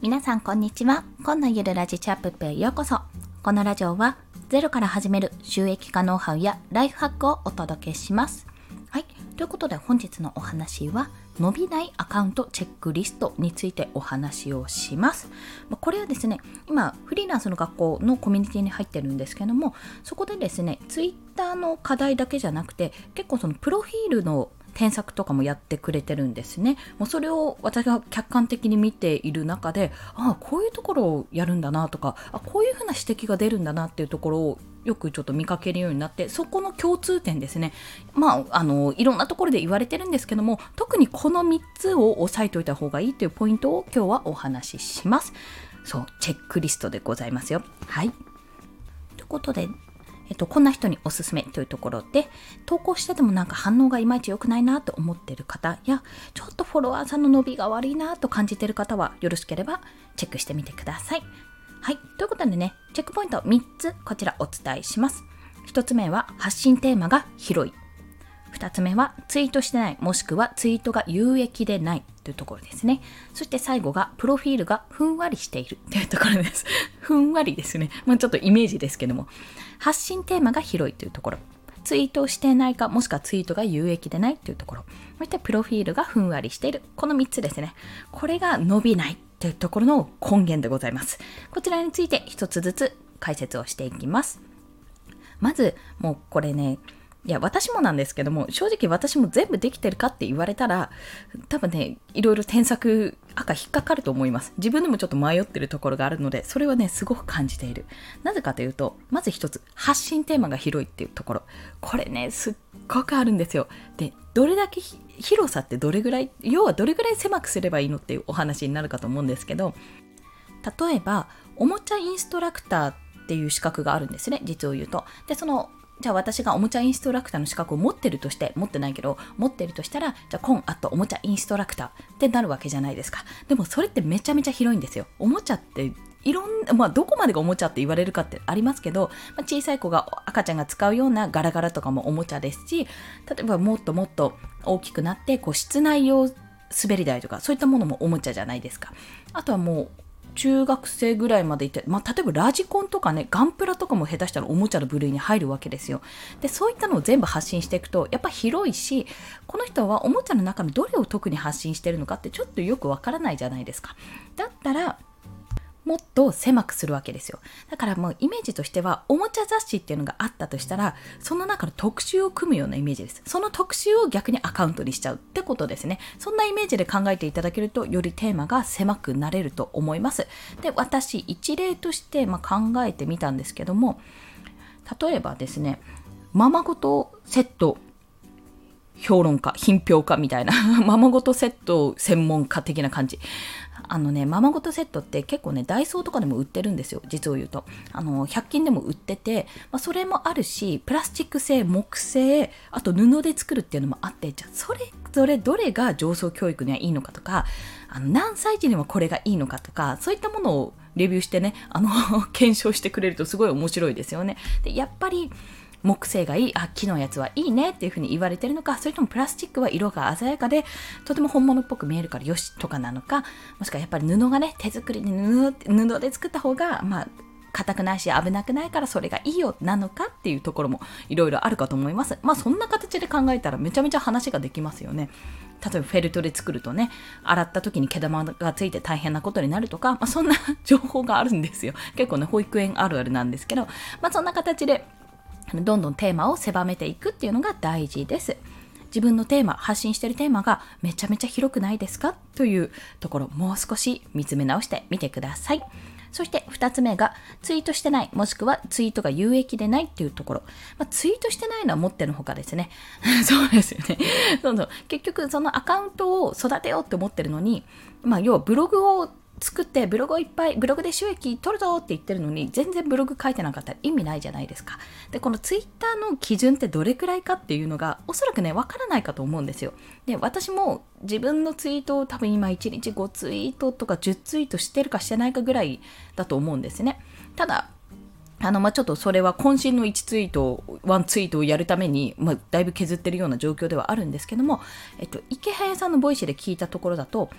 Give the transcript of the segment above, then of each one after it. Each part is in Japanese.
皆さんこんにちは。今のゆるラジチャップップへようこそ。このラジオはゼロから始める収益化ノウハウやライフハックをお届けします。はい、ということで本日のお話は伸びないアカウントチェックリストについてお話をします。これはですね、今フリーランスの学校のコミュニティに入ってるんですけども、そこでですね、ツイッターの課題だけじゃなくて、結構そのプロフィールの添削とかもやってくれてるんですね。もうそれを私が客観的に見ている中で、こういうところをやるんだなとか、こういうふうな指摘が出るんだなっていうところをよくちょっと見かけるようになって、そこの共通点ですね。いろんなところで言われてるんですけども、特にこの3つを押さえておいた方がいいというポイントを今日はお話しします。そう、チェックリストでございますよ。はい。ということで、こんな人におすすめというところで、投稿しててもなんか反応がいまいち良くないなと思っている方や、ちょっとフォロワーさんの伸びが悪いなと感じている方は、よろしければチェックしてみてください。はい。ということでね、チェックポイント3つこちらお伝えします。1つ目は発信テーマが広い。2つ目はツイートしてない、もしくはツイートが有益でないというところですね。そして最後がプロフィールがふんわりしているというところです。ふんわりですね。ちょっとイメージですけども、発信テーマが広いというところ、ツイートをしていないか、もしくはツイートが有益でないというところ、そしてプロフィールがふんわりしている、この3つですね。これが伸びないというところの根源でございます。こちらについて一つずつ解説をしていきます。まずもうこれね、私もなんですけども、正直私も全部できてるかって言われたら、多分ね、いろいろ添削引っかかると思います。自分でもちょっと迷ってるところがあるので、それはね、すごく感じている。なぜかというと、まず一つ、発信テーマが広いっていうところ。これね、すっごくあるんですよ。で、どれだけ広さってどれぐらい、要はどれぐらい狭くすればいいのっていうお話になるかと思うんですけど、例えば、おもちゃインストラクターっていう資格があるんですね、実を言うと。で、じゃあ私がおもちゃインストラクターの資格を持ってるとして、持ってないけど、持ってるとしたら、じゃあコンアットおもちゃインストラクターってなるわけじゃないですか。でもそれってめちゃめちゃ広いんですよ。おもちゃっていろんな、どこまでがおもちゃって言われるかってありますけど、小さい子が、赤ちゃんが使うようなガラガラとかもおもちゃですし、例えばもっともっと大きくなって、室内用滑り台とか、そういったものもおもちゃじゃないですか。あとはもう、中学生ぐらいまでいて、例えばラジコンとかね、ガンプラとかも下手したらおもちゃの部類に入るわけですよ。で、そういったのを全部発信していくと、やっぱ広いし、この人はおもちゃの中身どれを特に発信してるのかってちょっとよくわからないじゃないですか。だったら、もっと狭くするわけですよ。だからもうイメージとしては、おもちゃ雑誌っていうのがあったとしたら、その中の特集を組むようなイメージです。その特集を逆にアカウントにしちゃうってことですね。そんなイメージで考えていただけると、よりテーマが狭くなれると思います。で、私一例として考えてみたんですけども、例えばですね、ままごとセット評論家、品評家みたいなままごとセット専門家的な感じ。ままごとセットって結構ね、ダイソーとかでも売ってるんですよ、実を言うと。100均でも売ってて、それもあるし、プラスチック製、木製、あと布で作るっていうのもあって、じゃあそれぞれどれが上層教育にはいいのかとか、何歳児にはこれがいいのかとか、そういったものをレビューしてね、検証してくれるとすごい面白いですよね。で、やっぱり、木製がいい、木のやつはいいねっていう風に言われてるのか、それともプラスチックは色が鮮やかでとても本物っぽく見えるからよしとかなのか、もしくはやっぱり布がね、手作りで布で作った方が硬くないし危なくないからそれがいいよなのかっていうところもいろいろあるかと思います。そんな形で考えたらめちゃめちゃ話ができますよね。例えばフェルトで作るとね、洗った時に毛玉がついて大変なことになるとか、そんな情報があるんですよ。結構ね、保育園あるあるなんですけど、そんな形でどんどんテーマを狭めていくっていうのが大事です。自分のテーマ、発信しているテーマがめちゃめちゃ広くないですかというところ、もう少し見つめ直してみてください。そして2つ目がツイートしてない、もしくはツイートが有益でないっていうところ。ツイートしてないのは持ってのほかですね。そうですよね。そう結局そのアカウントを育てようって思ってるのに、要はブログを作ってブログをいっぱいブログで収益取るぞって言ってるのに全然ブログ書いてなかったら意味ないじゃないですか。で、このツイッターの基準ってどれくらいかっていうのがおそらくね、わからないかと思うんですよ。で、私も自分のツイートを多分今1日5ツイートとか10ツイートしてるかしてないかぐらいだと思うんですね。ただちょっとそれは渾身の1ツイート、1ツイートをやるために、だいぶ削ってるような状況ではあるんですけども、池早さんのボイシーで聞いたところだと、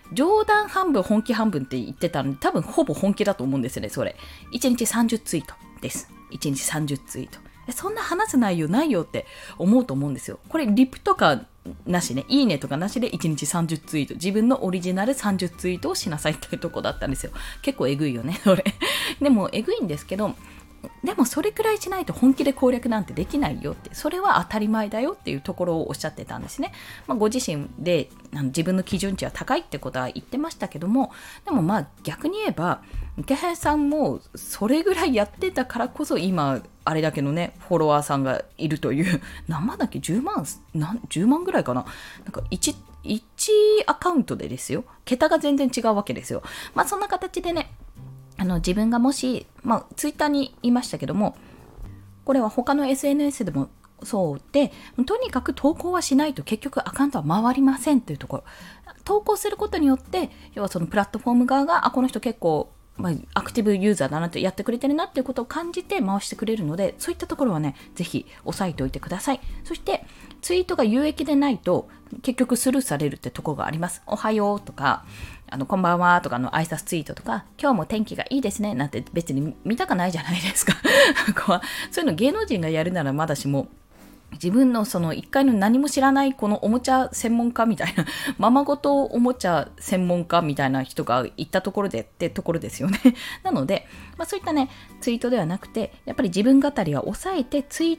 冗談半分本気半分って言ってたので、多分ほぼ本気だと思うんですよね、それ。1日30ツイートです。1日30ツイート。そんな話す内容ないよって思うと思うんですよ。これリプとかなしね、いいねとかなしで1日30ツイート、自分のオリジナル30ツイートをしなさいっていうとこだったんですよ。結構えぐいよね、それ。でもえぐいんですけど、でもそれくらいしないと本気で攻略なんてできないよって、それは当たり前だよっていうところをおっしゃってたんですね。ご自身で自分の基準値は高いってことは言ってましたけども、でも逆に言えば池原さんもそれぐらいやってたからこそ今あれだけのねフォロワーさんがいるという、何万だっけ、10万ぐらいかな、なんか1アカウントでですよ、桁が全然違うわけですよ。そんな形でね、自分がもし、ツイッターに言いましたけども、これは他の SNS でもそうで、とにかく投稿はしないと結局アカウントは回りませんというところ。投稿することによって、要はそのプラットフォーム側が、この人結構、アクティブユーザーだなって、やってくれてるなっていうことを感じて回してくれるので、そういったところはね、ぜひ押さえておいてください。そして、ツイートが有益でないと、結局スルーされるってところがあります。おはようとか、こんばんはとかの挨拶ツイートとか、今日も天気がいいですねなんて別に見たくないじゃないですか。そういうの芸能人がやるならまだしも、自分のその一回の何も知らないこのおもちゃ専門家みたいな、ままごとおもちゃ専門家みたいな人が行ったところでってところですよね。なので、そういったね、ツイートではなくて、やっぱり自分語りは抑えて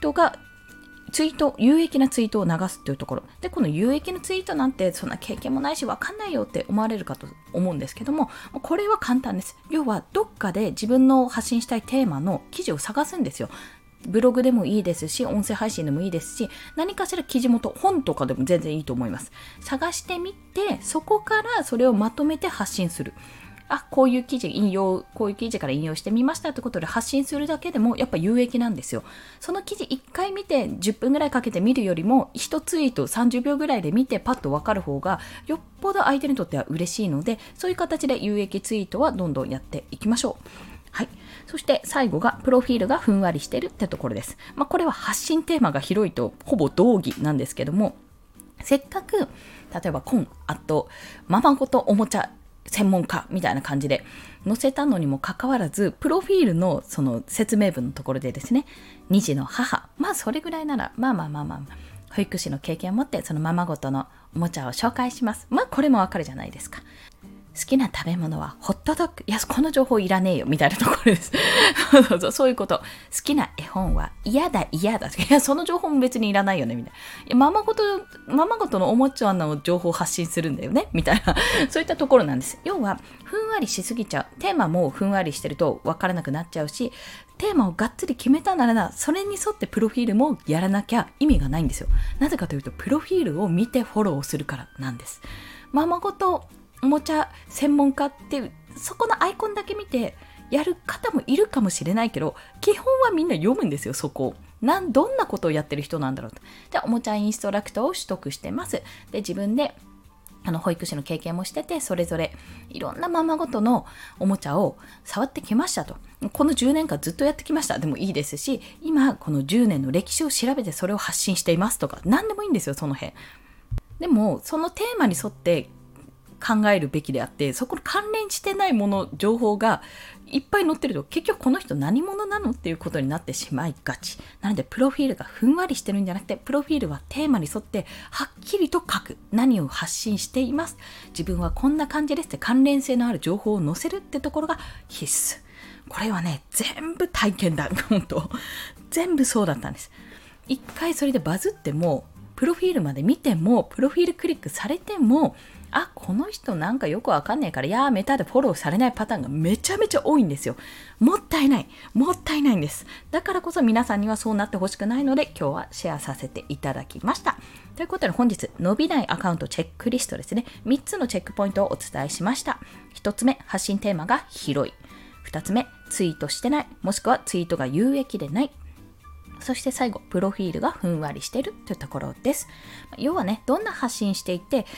有益なツイートを流すっていうところで、この有益なツイートなんてそんな経験もないし分かんないよって思われるかと思うんですけども、これは簡単です。要はどっかで自分の発信したいテーマの記事を探すんですよ。ブログでもいいですし、音声配信でもいいですし、何かしら記事元、本とかでも全然いいと思います。探してみて、そこからそれをまとめて発信する。こういう記事から引用してみましたってことで発信するだけでもやっぱ有益なんですよ。その記事1回見て10分ぐらいかけて見るよりも、1ツイート30秒ぐらいで見てパッと分かる方がよっぽど相手にとっては嬉しいので、そういう形で有益ツイートはどんどんやっていきましょう。はい。そして最後がプロフィールがふんわりしてるってところです。これは発信テーマが広いとほぼ同義なんですけども、せっかく例えばままごとおもちゃ専門家みたいな感じで載せたのにもかかわらず、プロフィールのその説明文のところでですね、2児の母、それぐらいなら保育士の経験を持ってそのままごとのおもちゃを紹介します。これもわかるじゃないですか。好きな食べ物はホットドッグ。いや、この情報いらねえよみたいなところです。そういうこと。好きな絵本は嫌だ。いや、その情報も別にいらないよねみたいな。ままごとのおもちゃの情報を発信するんだよねみたいな。そういったところなんです。要は、ふんわりしすぎちゃう。テーマもふんわりしてると分からなくなっちゃうし、テーマをがっつり決めたならそれに沿ってプロフィールもやらなきゃ意味がないんですよ。なぜかというと、プロフィールを見てフォローするからなんです。ままごとおもちゃ専門家っていうそこのアイコンだけ見てやる方もいるかもしれないけど、基本はみんな読むんですよ。そこどんなことをやってる人なんだろうと。で、おもちゃインストラクターを取得してます。で、自分で保育士の経験もしてて、それぞれいろんなままごとのおもちゃを触ってきましたと。この10年間ずっとやってきましたでもいいですし、今この10年の歴史を調べてそれを発信していますとか、何でもいいんですよ、その辺。でもそのテーマに沿って考えるべきであって、そこに関連してないもの、情報がいっぱい載ってると、結局この人何者なのっていうことになってしまいがち。なので、プロフィールがふんわりしてるんじゃなくて、プロフィールはテーマに沿ってはっきりと書く。何を発信しています。自分はこんな感じですって関連性のある情報を載せるってところが必須。これはね、全部体験談。本当全部そうだったんです。一回それでバズっても、プロフィールまで見ても、プロフィールクリックされても、この人なんかよくわかんないからやめたでフォローされないパターンがめちゃめちゃ多いんですよ。もったいないんです。だからこそ皆さんにはそうなってほしくないので、今日はシェアさせていただきました。ということで本日、伸びないアカウントチェックリストですね。3つのチェックポイントをお伝えしました。1つ目、発信テーマが広い。2つ目、ツイートしてない、もしくはツイートが有益でない。そして最後、プロフィールがふんわりしてるというところです。要はね、どんな発信していて、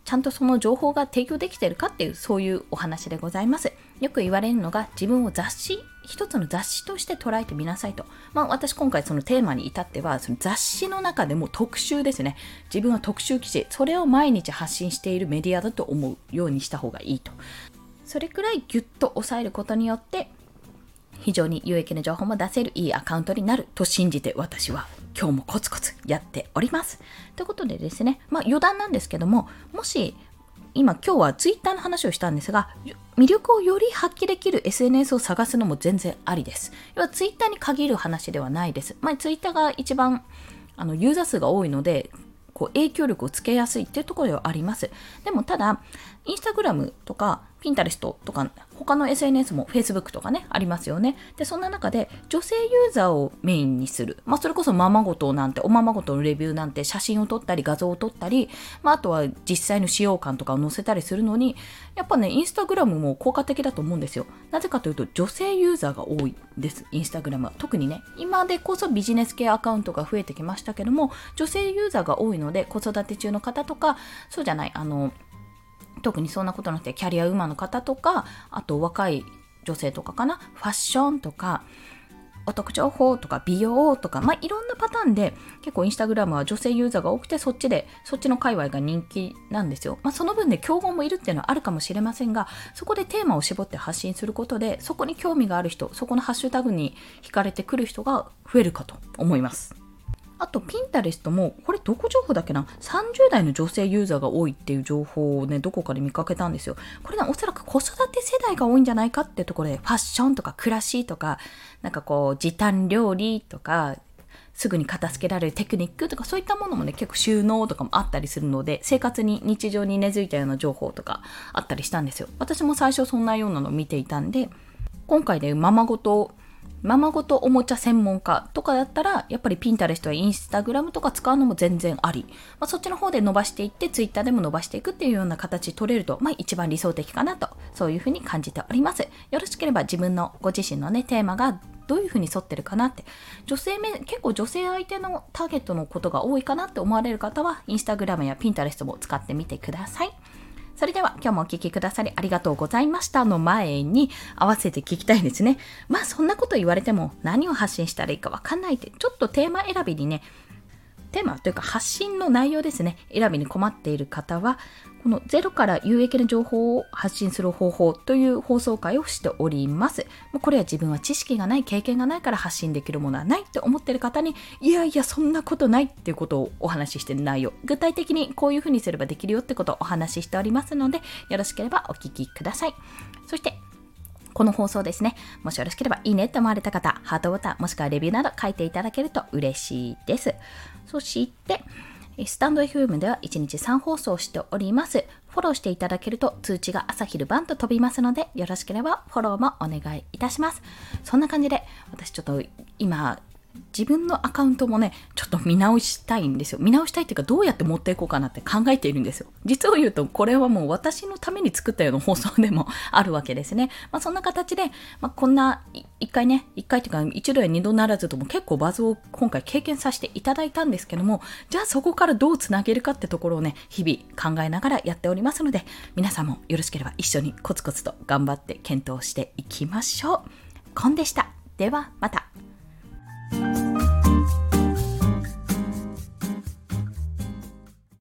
ちゃんとその情報が提供できているかっていう、そういうお話でございます。よく言われるのが、自分を一つの雑誌として捉えてみなさいと。私今回そのテーマに至っては、その雑誌の中でも特集ですね。自分は特集記事、それを毎日発信しているメディアだと思うようにした方がいいと。それくらいギュッと抑えることによって、非常に有益な情報も出せるいいアカウントになると信じて、私は今日もコツコツやっております。ということでですね、余談なんですけども、もし今日はツイッターの話をしたんですが、魅力をより発揮できる SNS を探すのも全然ありです。要はツイッターに限る話ではないです。ツイッターが一番ユーザー数が多いので、影響力をつけやすいっていうところではあります。でもただ、インスタグラムとかピンタレストとか他の SNS も Facebook とかねありますよね。でそんな中で女性ユーザーをメインにする、それこそままごとなんておままごとのレビューなんて写真を撮ったり画像を撮ったり、あとは実際の使用感とかを載せたりするのに、やっぱねインスタグラムも効果的だと思うんですよ。なぜかというと女性ユーザーが多いです。インスタグラムは特にね、今でこそビジネス系アカウントが増えてきましたけども、女性ユーザーが多いので、子育て中の方とか、そうじゃない特にそんなことなくてキャリアウーマンの方とか、あと若い女性とかかな、ファッションとかお得情報とか美容とか、いろんなパターンで結構インスタグラムは女性ユーザーが多くて、そっちの界隈が人気なんですよ。その分で競合もいるっていうのはあるかもしれませんが、そこでテーマを絞って発信することで、そこに興味がある人、そこのハッシュタグに惹かれてくる人が増えるかと思います。あとピンタレストも、これどこ情報だっけな、30代の女性ユーザーが多いっていう情報をね、どこかで見かけたんですよ。これね、おそらく子育て世代が多いんじゃないかってところで、ファッションとか暮らしとか、時短料理とか、すぐに片付けられるテクニックとか、そういったものもね、結構収納とかもあったりするので、生活に日常に根付いたような情報とかあったりしたんですよ。私も最初そんなようなのを見ていたんで、今回でままごとおもちゃ専門家とかだったら、やっぱりピンタレストやインスタグラムとか使うのも全然あり、そっちの方で伸ばしていって、ツイッターでも伸ばしていくっていうような形取れると、一番理想的かなと、そういうふうに感じております。よろしければ自分のご自身のね、テーマがどういうふうに沿ってるかなって、結構女性相手のターゲットのことが多いかなって思われる方は、インスタグラムやピンタレストも使ってみてください。それでは今日もお聞きくださりありがとうございましたの前に、合わせて聞きたいですね。そんなこと言われても何を発信したらいいかわかんないって、ちょっとテーマ選びにね、テーマというか発信の内容ですね、選びに困っている方は、このゼロから有益な情報を発信する方法という放送回をしております。これは自分は知識がない、経験がないから発信できるものはないって思っている方に、いやいやそんなことないっていうことをお話ししている内容、具体的にこういうふうにすればできるよってことをお話ししておりますので、よろしければお聞きください。そしてこの放送ですね、もしよろしければいいねと思われた方、ハートボタンもしくはレビューなど書いていただけると嬉しいです。そしてスタンド FM では1日3放送しております。フォローしていただけると通知が朝昼晩と飛びますので、よろしければフォローもお願いいたします。そんな感じで、私ちょっと今自分のアカウントもね、ちょっと見直したいんですよ。見直したいっていうか、どうやって持っていこうかなって考えているんですよ。実を言うと、これはもう私のために作ったような放送でもあるわけですね。そんな形で、こんな一回っていうか一度や二度ならずとも結構バズを今回経験させていただいたんですけども、じゃあそこからどうつなげるかってところをね、日々考えながらやっておりますので、皆さんもよろしければ一緒にコツコツと頑張って検討していきましょう。コンでした。ではまた。